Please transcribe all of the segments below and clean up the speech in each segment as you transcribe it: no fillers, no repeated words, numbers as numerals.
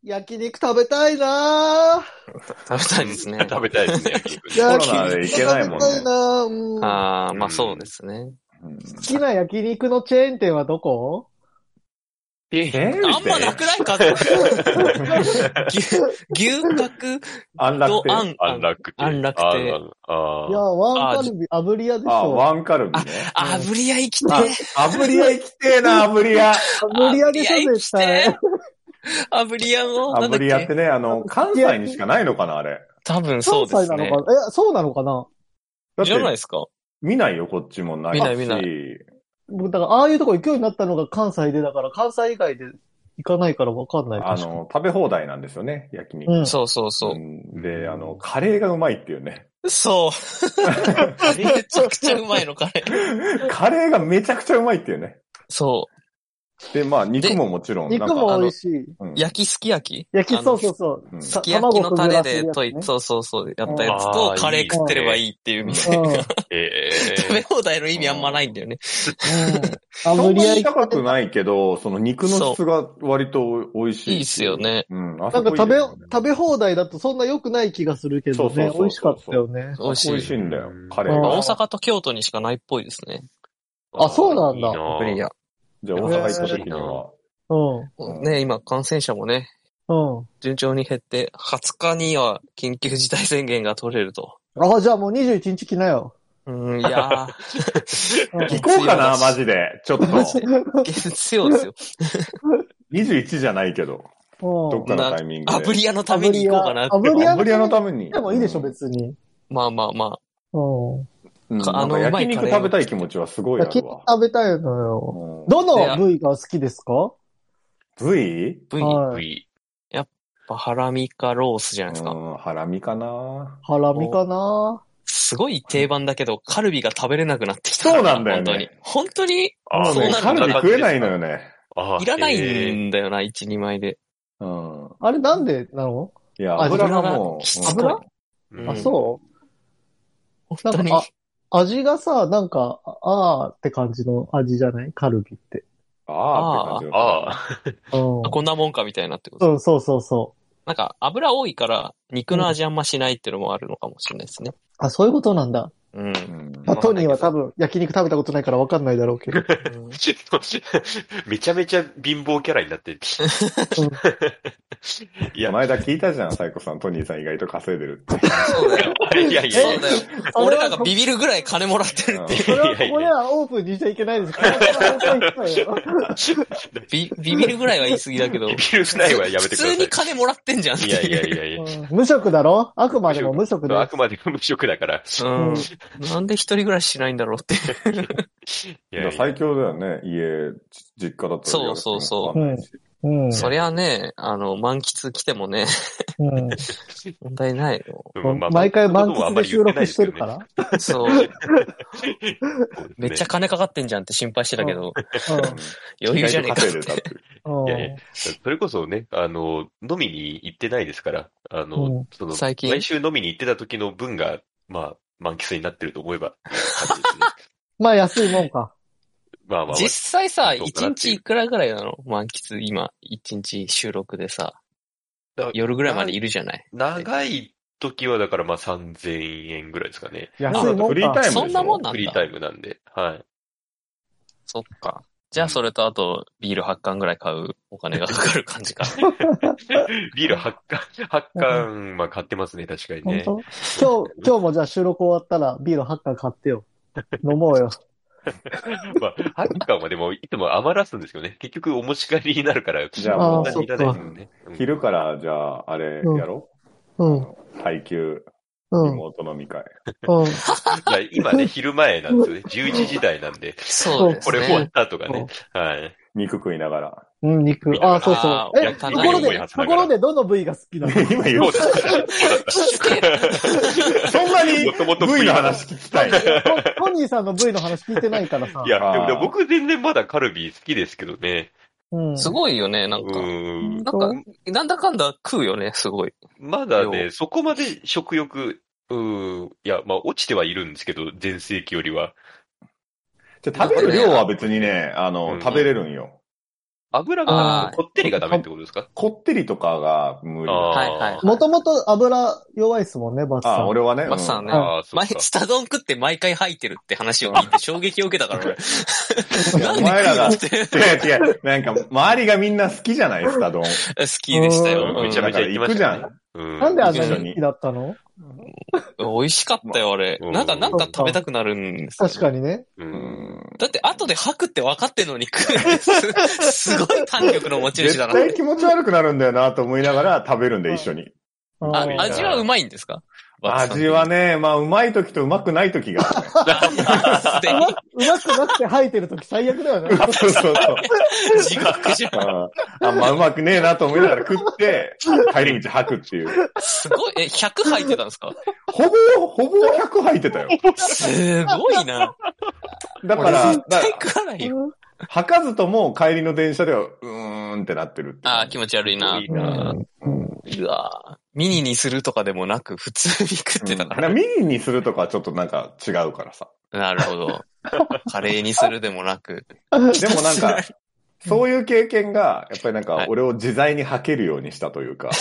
焼肉食べたいな食べたいですね。 食べたいですね、焼肉。 コロナで行けないもんね食べたいなうん、 ああ、まあそうですね。 好きな焼肉のチェーン店はどこ？ あんまなくないか牛角安楽亭。 安楽亭。 安楽亭。 いや、ワンカルビ、炙り屋でしょ。 ワンカルビね。 炙り屋行きて炙り屋行きてえな、炙り屋。 炙り屋でしょ、絶対。 炙り屋の、 炙り屋ってね、関西にしかないのかな、あれ。 多分そうですね。 関西なのかな？そうなのかな？ じゃないですか？ 見ないよ、こっちもないし。 見ない。 だから、ああいうとこ行くようになったのが関西で、だから関西以外で行かないから分かんない。 食べ放題なんですよね、焼肉。 そうそうそう。 で、カレーがうまいっていうね。 そう。めちゃくちゃうまいの、カレー。カレーがめちゃくちゃうまいっていうね。 そう。 で、まあ、肉ももちろん。 肉も美味しい。 焼きすき焼きそうそうそう。 すき焼きのタレでそうやったやつとカレー食ってればいいっていう店が。食べ放題の意味あんまないんだよね。 そんなに高くないけど、その肉の質が割と美味しい。 いいっすよね。 なんか食べ放題だとそんな良くない気がするけどね。美味しかったよね。 美味しいんだよ、カレーが。 大阪と京都にしかないっぽいですね。 あ、そうなんだ。 炙り屋。 じゃあ大阪行った時には。 ね、今感染者もね、順調に減って、20日には緊急事態宣言が取れると。 あ、じゃあもう21日来なよ。 いや行こうかな、マジで。ちょっと。 月曜ですよ。 21じゃないけど。どっかのタイミングで。 炙り屋のために行こうかなって。 炙り屋のために。 でもいいでしょ、別に。 まあ。 焼肉食べたい気持ちはすごいあるわ。 焼肉食べたいのよ。どの部位が好きですか？ 部位。 やっぱハラミかロースじゃないですか。 ハラミかな。 すごい定番だけど、カルビが食べれなくなってきた。 そうなんだよね。 本当にそうなるカルビ食えないのよね。 いらないんだよな、1、2枚で。 あれなんでなの？ いや、油がもう。 油？あ、そうなんか、味がさ、なんか、って感じの味じゃない？カルビって。 って感じだ。 こんなもんかみたいなってこと。 そう。 なんか、油多いから、肉の味あんましないっていうのもあるのかもしれないですね。 あ、そういうことなんだ。トニーは多分焼肉食べたことないから分かんないだろうけど。 めちゃめちゃ貧乏キャラになってる。 いや、前田聞いたじゃん、サイコさん。トニーさん意外と稼いでるって。 そうだよ。いや。そうだよ。俺らがビビるぐらい金もらってるっていう。 それはここではオープンにしちゃいけないです。 ビビるぐらいは言い過ぎだけど。 ビビるぐらいはやめてください。 普通に金もらってんじゃん。 いや。 無職だろ？あくまでも無職だ。 あくまでも無職だから。 なんで一人暮らししないんだろうって。 いや、最強だよね。実家だったら。 そう。そりゃね、満喫来てもね、問題ないよ。 毎回満喫で収録してるから。 そう。めっちゃ金かかってんじゃんって心配してたけど、余裕じゃねえかって。 いや、それこそね、飲みに行ってないですから、 最近。 毎週飲みに行ってた時の分が、まあ、満喫になってると思えば、 まあ安いもんか。 まあ。 実際さ、1日いくらぐらいなの？満喫、今、1日収録でさ、夜ぐらいまでいるじゃない？ 長い時はだからまあ3000円ぐらいですかね。 安いもんか。 フリータイムでしょ？ そんなもんなんだ。 フリータイムなんで、はい。 そっか。じゃあそれとあと、ビール8缶ぐらい買うお金がかかる感じか。 ビール8缶、まあ買ってますね、確かにね。 今日もじゃあ収録終わったらビール8缶買ってよ。飲もうよ。 まあ、8缶はでもいつも余らすんですよね。結局お持ち帰りになるから、 じゃあもう、 いらないですよね。 昼からじゃあ、あれやろう？耐久。妹飲み会。 今ね、昼前なんですよね。11時台なんで。 そうですね。 これ終わった後がね。はい。 肉食いながら。 肉。そう。ところでどの部位が好きなの？ 今言おうとした。そんなに部位の話聞きたい。 トニーさんの部位の話聞いてないからさ。 いや、でも僕全然まだカルビ好きですけどね。 すごいよね、なんか。なんだかんだ食うよね、すごい。 まだね、そこまで食欲、いや、まあ落ちてはいるんですけど、前世紀よりは。 じゃ食べる量は別にね、食べれるんよ。 油がこってりがダメってことですか？ こってりとかが無理。 はいはい。 もともと油弱いっすもんね、バツさん。 俺はね。 バツさんね。スタ丼食って毎回吐いてるって話を聞いて衝撃を受けたから俺。 お前らが、違う。なんか、周りがみんな好きじゃないスタ丼。好きでしたよ。 めちゃめちゃ行きましたね。 なんであんなに好きだったの？ 美味しかったよ、あれ。なんか食べたくなるんですよ。 確かにね。 だって後で吐くって分かってんのに食うんです。すごい胆力の持ち主だな。 絶対気持ち悪くなるんだよなと思いながら食べるんで一緒に。 味はうまいんですか？ 味はね、まあうまい時とうまくない時がある、 ね。うまくなくて吐いてる時最悪だよね。 そう。 地獄じゃん。 あんまうまくねえなと思いながら食って、帰り道吐くっていう。 すごい、100吐いてたんですか？ ほぼ100吐いてたよ。 すごいな。 だから、 絶対食わないよ。 吐かずとも帰りの電車では、ってなってるって。 気持ち悪いな。うわミニにするとかでもなく、普通に食ってたから。 ミニにするとかはちょっとなんか違うからさ。 なるほど。カレーにするでもなく。 でもなんか、そういう経験が、やっぱりなんか、俺を自在に吐けるようにしたというか。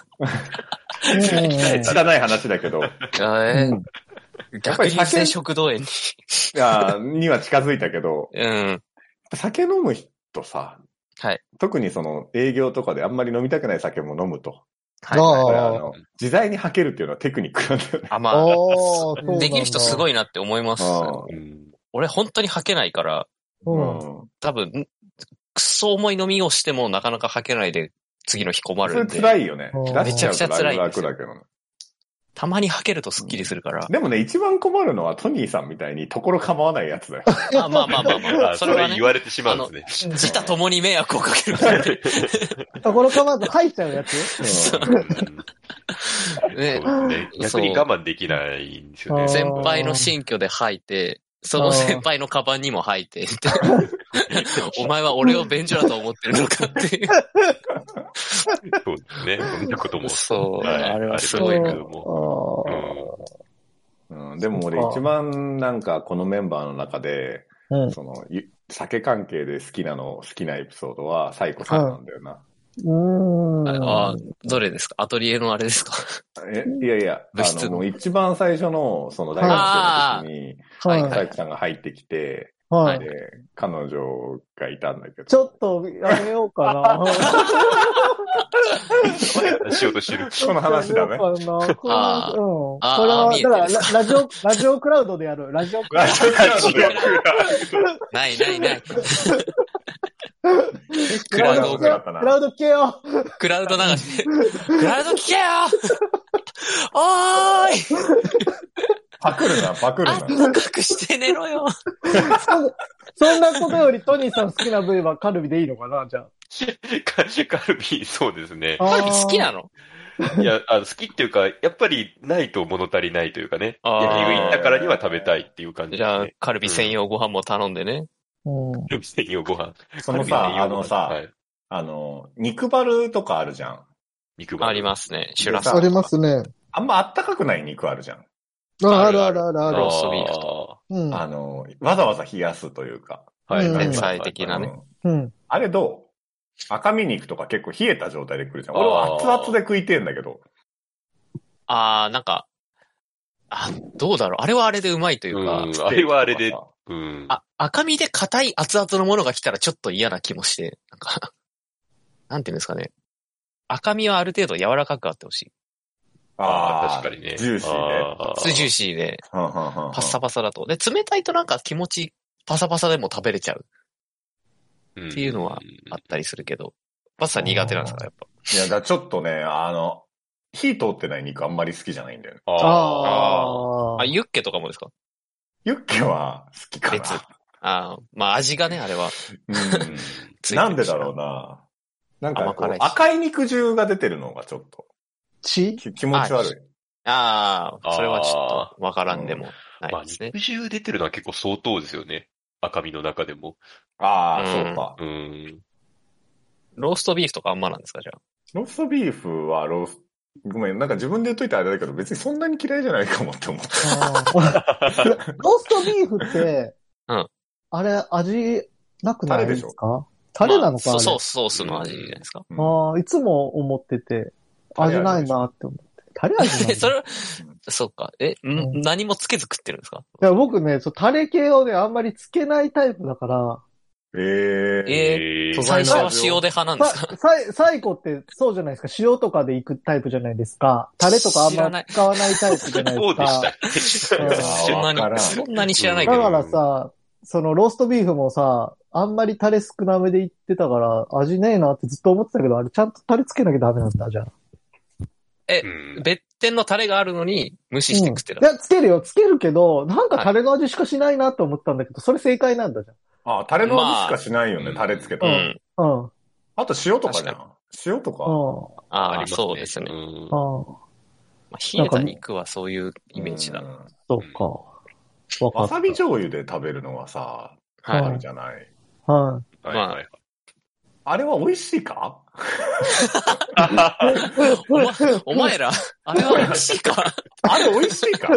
知らない話だけど。 逆に性食道炎には近づいたけど、酒飲む人さ、特にその営業とかであんまり飲みたくない酒も飲むと。自在に吐けるっていうのはテクニックなんだよね。 できる人すごいなって思います。俺本当に吐けないから、多分、くっそ重い飲みをしてもなかなか吐けないで次の日困るんで。 それ辛いよね。 めちゃくちゃ辛いんですよ。 楽だけどね。 たまに吐けるとスッキリするから。 でもね、一番困るのはトニーさんみたいにところ構わないやつだよ。 まあ。 それはね。言われてしまうんですね。 自他ともに迷惑をかけるから。 ところ構わず吐いちゃうやつ？ 逆に我慢できないんですよね。 先輩の新居で吐いて、その先輩のカバンにも吐いて、お前は俺を便所だと思ってるのかっていう。 そうですね。そんなことも。 そう。あれはすごいけども。 でも俺一番なんかこのメンバーの中で、その、酒関係で好きなエピソードはサイコさんなんだよな。 どれですか？アトリエのあれですか？ いや、もう一番最初の、その大学生の時に、サイコさんが入ってきて、で、彼女がいたんだけど。 ちょっとやめようかな。 しようとしてる。 この話だね。 これは、だからラジオクラウドでやる。ラジオクラウドでやる。 ない。 クラウド聞けよ。 クラウド流して。クラウド聞けよおーいパクるな。 高くして寝ろよ。 そんなことよりトニーさん好きな部位はカルビでいいのかな、じゃあ。 カルビ、そうですね。 カルビ好きなの？ いや、好きっていうか、やっぱりないと物足りないというかね。焼き食い行ったからには食べたいっていう感じ、 じゃあ、カルビ専用ご飯も頼んでね。 カルビ専用ご飯。 そのさ、肉バルとかあるじゃん。 肉バル。 ありますね。シュラス。 ありますね。 あんまあったかくない肉あるじゃん。 ある。 ローストビーフと。 わざわざ冷やすというか。 天才的なね。 あれどう？赤身肉とか結構冷えた状態で来るじゃん。俺は熱々で食いてえんだけど。 なんか、どうだろう。あれはあれでうまいというか。 あれはあれで。 赤身で硬い熱々のものが来たらちょっと嫌な気もして、なんていうんですかね。赤身はある程度柔らかくあってほしい。 確かにね。 ジューシーで。 ジューシーで。パッサパサだと。で、冷たいとなんか気持ちパサパサでも食べれちゃう。っていうのはあったりするけど。パスタ苦手なんですか、やっぱ。 いや、ちょっとね、火通ってない肉あんまり好きじゃないんだよね。 ユッケとかもですか？ ユッケは好きかな。 別。まあ味がね、あれは。 なんでだろうな。なんか赤い肉汁が出てるのがちょっと。気持ち悪い。 それはちょっとわからんでもないですね。 肉汁出てるのは結構相当ですよね。赤身の中でも。 そうか。 ローストビーフとかあんまなんですか、じゃあ。 ローストビーフはごめん、なんか自分で言っといてあれだけど、別にそんなに嫌いじゃないかもって思った。 ローストビーフって、あれ、味なくないですか？ タレなのか、 ソースの味じゃないですか。 ああ、いつも思ってて、味ないなって思って。タレ味ないそれ、そうか。何もつけず食ってるんですか？ いや、僕ね、タレ系をね、あんまりつけないタイプだから。 最初は塩で派なんですか？ 最後ってそうじゃないですか。塩とかで行くタイプじゃないですか。タレとかあんま使わないタイプじゃないですか。 そうでした。 そんなに知らないけど。 だからさ、ローストビーフもさ、あんまりタレ少なめで言ってたから、味ねえなってずっと思ってたけど、あれちゃんとタレつけなきゃダメなんだ、じゃあ。 別店のタレがあるのに無視して食ってた。 いや、つけるけど、なんかタレの味しかしないなって思ったんだけど、それ正解なんだじゃん。 あ、タレの味しかしないよね、タレつけたら。あと塩とかじゃん。塩とか。 ああ、そうですね。冷えた肉はそういうイメージだ。 そうか。 わさび醤油で食べるのはさ、あるじゃない。 はい。 あれは美味しいか？ お前ら、あれは美味しいか？ あれ美味しいか？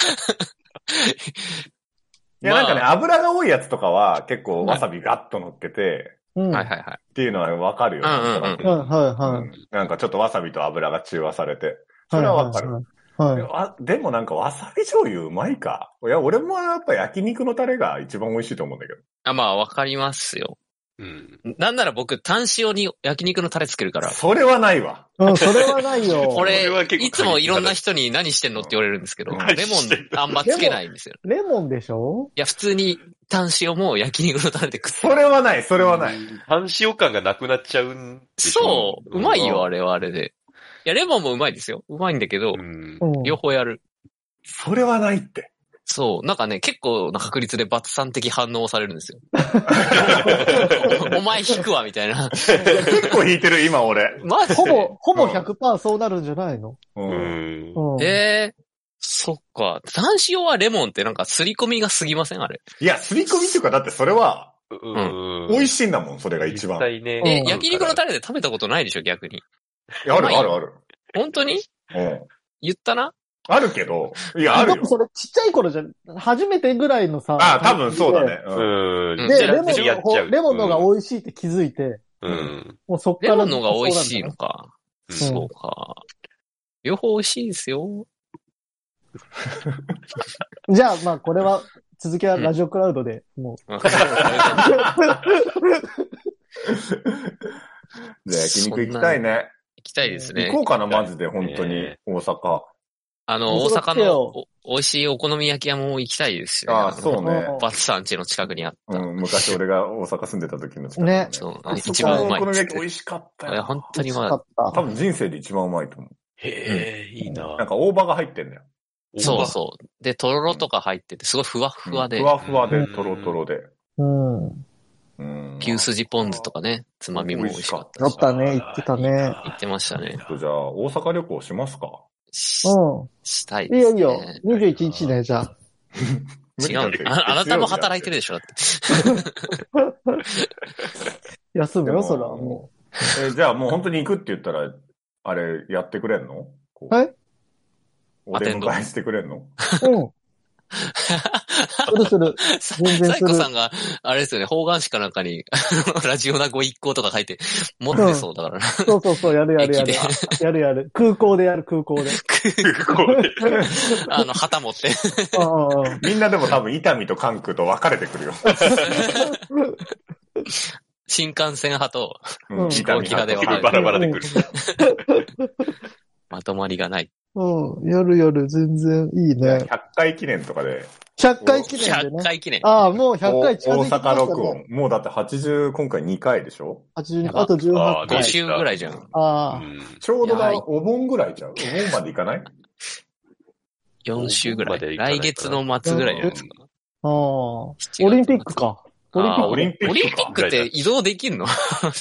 いや、なんかね、油が多いやつとかは結構わさびガッと乗っけて、っていうのはわかるよ。なんかちょっとわさびと油が中和されて。それはわかる。でもなんかわさび醤油うまいか？いや、俺もやっぱ焼肉のタレが一番美味しいと思うんだけど。 まあ、わかりますよ。なんなら僕、タン塩に焼肉のタレつけるから。 それはないわ。 それはないよ。 俺、いつもいろんな人に何してんのって言われるんですけど、レモンあんまつけないんですよ。 レモンでしょ？ いや、普通にタン塩も焼肉のタレで食って。 それはない。 タン塩感がなくなっちゃうんでしょ？ そう、うまいよ、あれはあれで。いや、レモンもうまいですよ。うまいんだけど、両方やる。 それはないって。 そう。なんかね、結構な確率でバツさん的反応をされるんですよ。お前引くわ、みたいな。 結構引いてる、今俺。 マジでほぼ 100% そうなるんじゃないの？ そっか。タン塩はレモンってなんかすり込みが過ぎませんあれ。 いや、すり込みっていうか、だってそれは、美味しいんだもん、それが一番。 焼肉のタレで食べたことないでしょ、逆に。 ある。 本当に？言ったな？ あるけど、いや、あるよ。 それちっちゃい頃じゃ、初めてぐらいのさ。 多分そうだね。 で、レモンのが美味しいって気づいて。もうそっから。 レモンのが美味しいのか。そうか。両方美味しいですよ。 じゃあ、まあ、これは、続きはラジオクラウドで、もう。じゃあ、焼肉行きたいね。 行きたいですね。 行こうかな、マジで、本当に、大阪。 大阪の美味しいお好み焼き屋も行きたいですよね。そうね。 バツさん家の近くにあった。 昔俺が大阪住んでた時の近くね。 そう。一番うまい。 お好み焼き美味しかったよ。 いや、本当にうまかった。 多分人生で一番うまいと思う。 へえ、いいな。 なんか大葉が入ってんだよ。 そうそう。で、とろろとか入ってて、すごいふわふわで。 ふわふわで、とろとろで。 牛すじポン酢とかね、つまみも美味しかった。 あったね、言ってたね。 言ってましたね。 じゃあ、大阪旅行しますか？ したいですね。 いいよ。21日ね、じゃあ。 違うんだ。あなたも働いてるでしょ、だって。 休むよ、そら、もう。じゃあもう本当に行くって言ったら、あれ、やってくれんの？ はい？ お出迎えしてくれんの？ する。全然する。 サイコさんが、あれですよね、方眼紙かなんかに、ラジオナご一行とか書いて、持ってそうだからな。 そう、やる。やる。空港で。 空港で。 旗持って。 みんなでも多分、伊丹と関空と分かれてくるよ。 新幹線派と、飛行機派でバラバラでくる。 まとまりがない。 やる、全然いいね。 100回記念とかで。 100回記念でね。 100回記念。 ああ、もう100回近づいてきましたね。 大阪録音。もうだって80、今回2回でしょ？ 80、あと18回。 5週ぐらいじゃん。 ちょうどだ、お盆ぐらいじゃん。お盆までいかない？ 4週ぐらい。来月の末ぐらいじゃないですか。 オリンピックか。 オリンピックって移動できんの？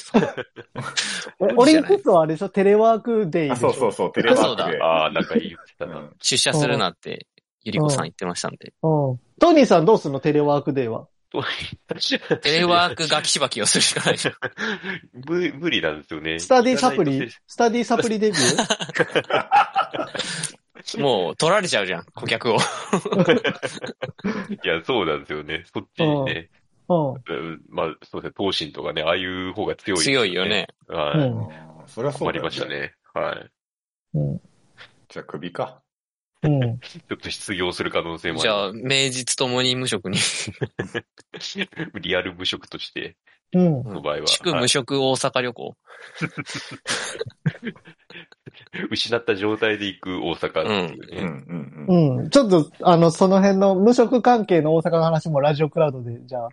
オリンピックはあれでしょ？テレワークデイでしょ？ そう、テレワークデイ。 なんか言ってたな。 出社するなって、ゆりこさん言ってましたんで。 トニーさんどうすんの？テレワークデイは。 テレワークガキしばきをするしかないじゃん。 無理なんですよね。 スタディサプリデビューもう取られちゃうじゃん、顧客を。 いや、そうなんですよね。そっちにね。 まあ、そうですね、東進とかね、ああいう方が強い、ね。 強いよね。 はい。 それはそうだよね。 困りましたね。はい。 じゃあ首か。 ちょっと失業する可能性もある。 じゃあ、名実ともに無職に。 リアル無職として。 の場合は。 祝無職大阪旅行。 失った状態で行く大阪っていうね。ちょっと、その辺の無職関係の大阪の話もラジオクラウドで、じゃ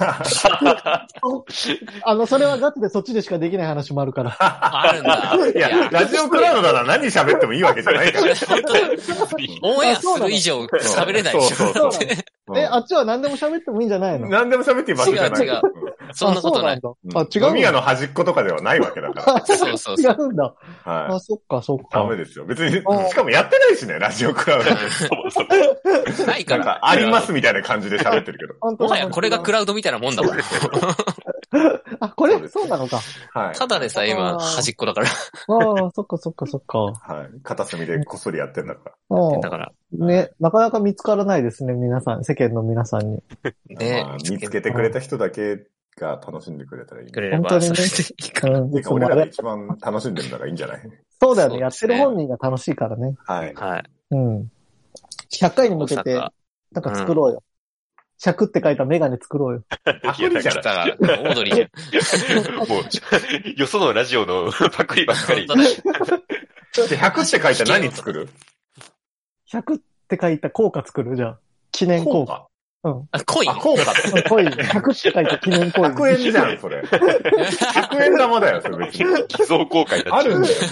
あ。それはガチでそっちでしかできない話もあるから。 あるんだ。 いや、ラジオクラウドなら何喋ってもいいわけじゃないから。 オンエアする以上喋れないでしょ。あっちは何でも喋ってもいいんじゃないの？ 何でも喋っていい場所じゃない。 違う。そんなことない。 違う。 飲み屋の端っことかではないわけだから。 そう。 違うんだ。はい。そっか。 ダメですよ。別に、しかもやってないしね、ラジオクラウドで。 ないから。 なんか、ありますみたいな感じで喋ってるけど。 もはやこれがクラウドみたいなもんだもん。 あ、これそうなのか。 はい。 ただでさ、今、端っこだから。 ああ、そっか。 はい。片隅でこっそりやってんだから。だから。 ね、なかなか見つからないですね、皆さん、世間の皆さんに。 ね、見つけてくれた人だけが楽しんでくれたらいい。 本当にね。 俺らが一番楽しんでるんだからいいんじゃない？ そうだよね。やってる本人が楽しいからね。 はい。 100回に向けて、なんか作ろうよ。100って書いたメガネ作ろうよ。 パクリじゃん。オードリーじゃん。もう、よそのラジオのパクリばっかり。 100って書いた何作る？ 100 って書いた硬貨作る？じゃあ。記念硬貨。 コイン？ 硬貨。 コイン。100って書いた記念コイン。 100円じゃん、それ。100円玉だよ、それ別に。 偽造公開だあるんだよ。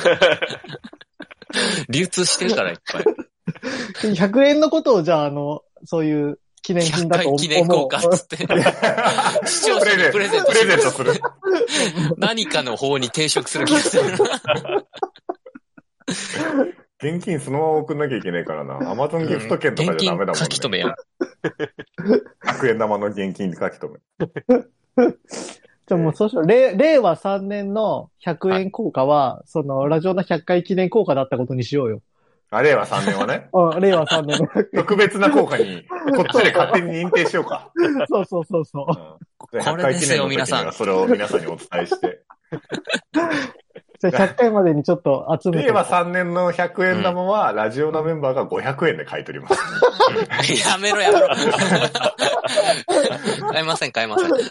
流通してるからいっぱい。 100円のことをじゃあ、そういう記念品だと思う。 記念硬貨っつって。視聴者にプレゼントする。 何かの方に抵触する気がする。 現金そのまま送んなきゃいけないからな。アマゾンギフト券とかじゃダメだもんね。 書き留めやん。 100円玉の現金書き留め。じゃあもうそうしよう。令和3年の100円硬貨は、その、ラジオの100回記念硬貨だったことにしようよ。 令和3年はね。 令和3年の。 特別な硬貨に、こっちで勝手に認定しようか。 そう。 これですよ、皆さん。 それを皆さんにお伝えして。 じゃあ100回までにちょっと集めて。 令和3年の100円玉は、ラジオのメンバーが500円で買い取ります。 やめろ。買えません。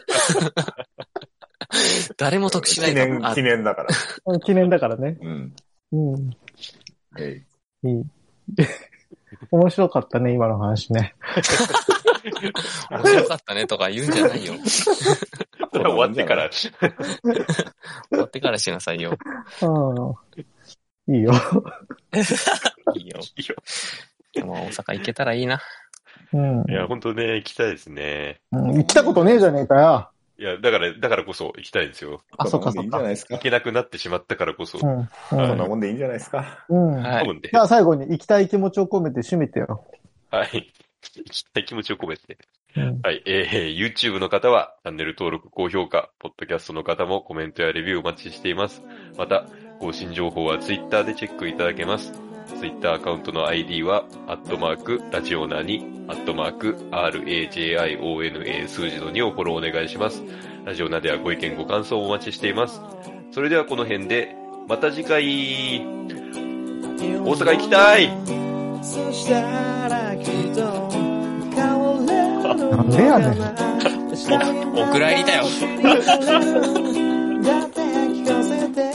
誰も得しない記念だから。 記念だからね。面白かったね、今の話ね。 面白かったねとか言うんじゃないよ。 終わってから。 終わってからしなさいよ。 いいよ。 いいよ。でも大阪行けたらいいな。 いや、本当ね、行きたいですね。 行きたことねえじゃねえかよ。 いや、だからこそ行きたいんですよ。 そっか。 いいんじゃないですか。 行けなくなってしまったからこそ。 そんなもんでいいんじゃないですか。 じゃあ最後に行きたい気持ちを込めて締めてよ。 はい。行きたい気持ちを込めて。はい。YouTube の方はチャンネル登録、高評価、ポッドキャストの方もコメントやレビューお待ちしています。また、更新情報は Twitter でチェックいただけます。Twitter アカウントの ID は、ラジオナに、RAJIONA 数字の2をフォローお願いします。ラジオナではご意見ご感想をお待ちしています。それではこの辺で、また次回、大阪行きたい。 なんでやねん。 お蔵入りだよ。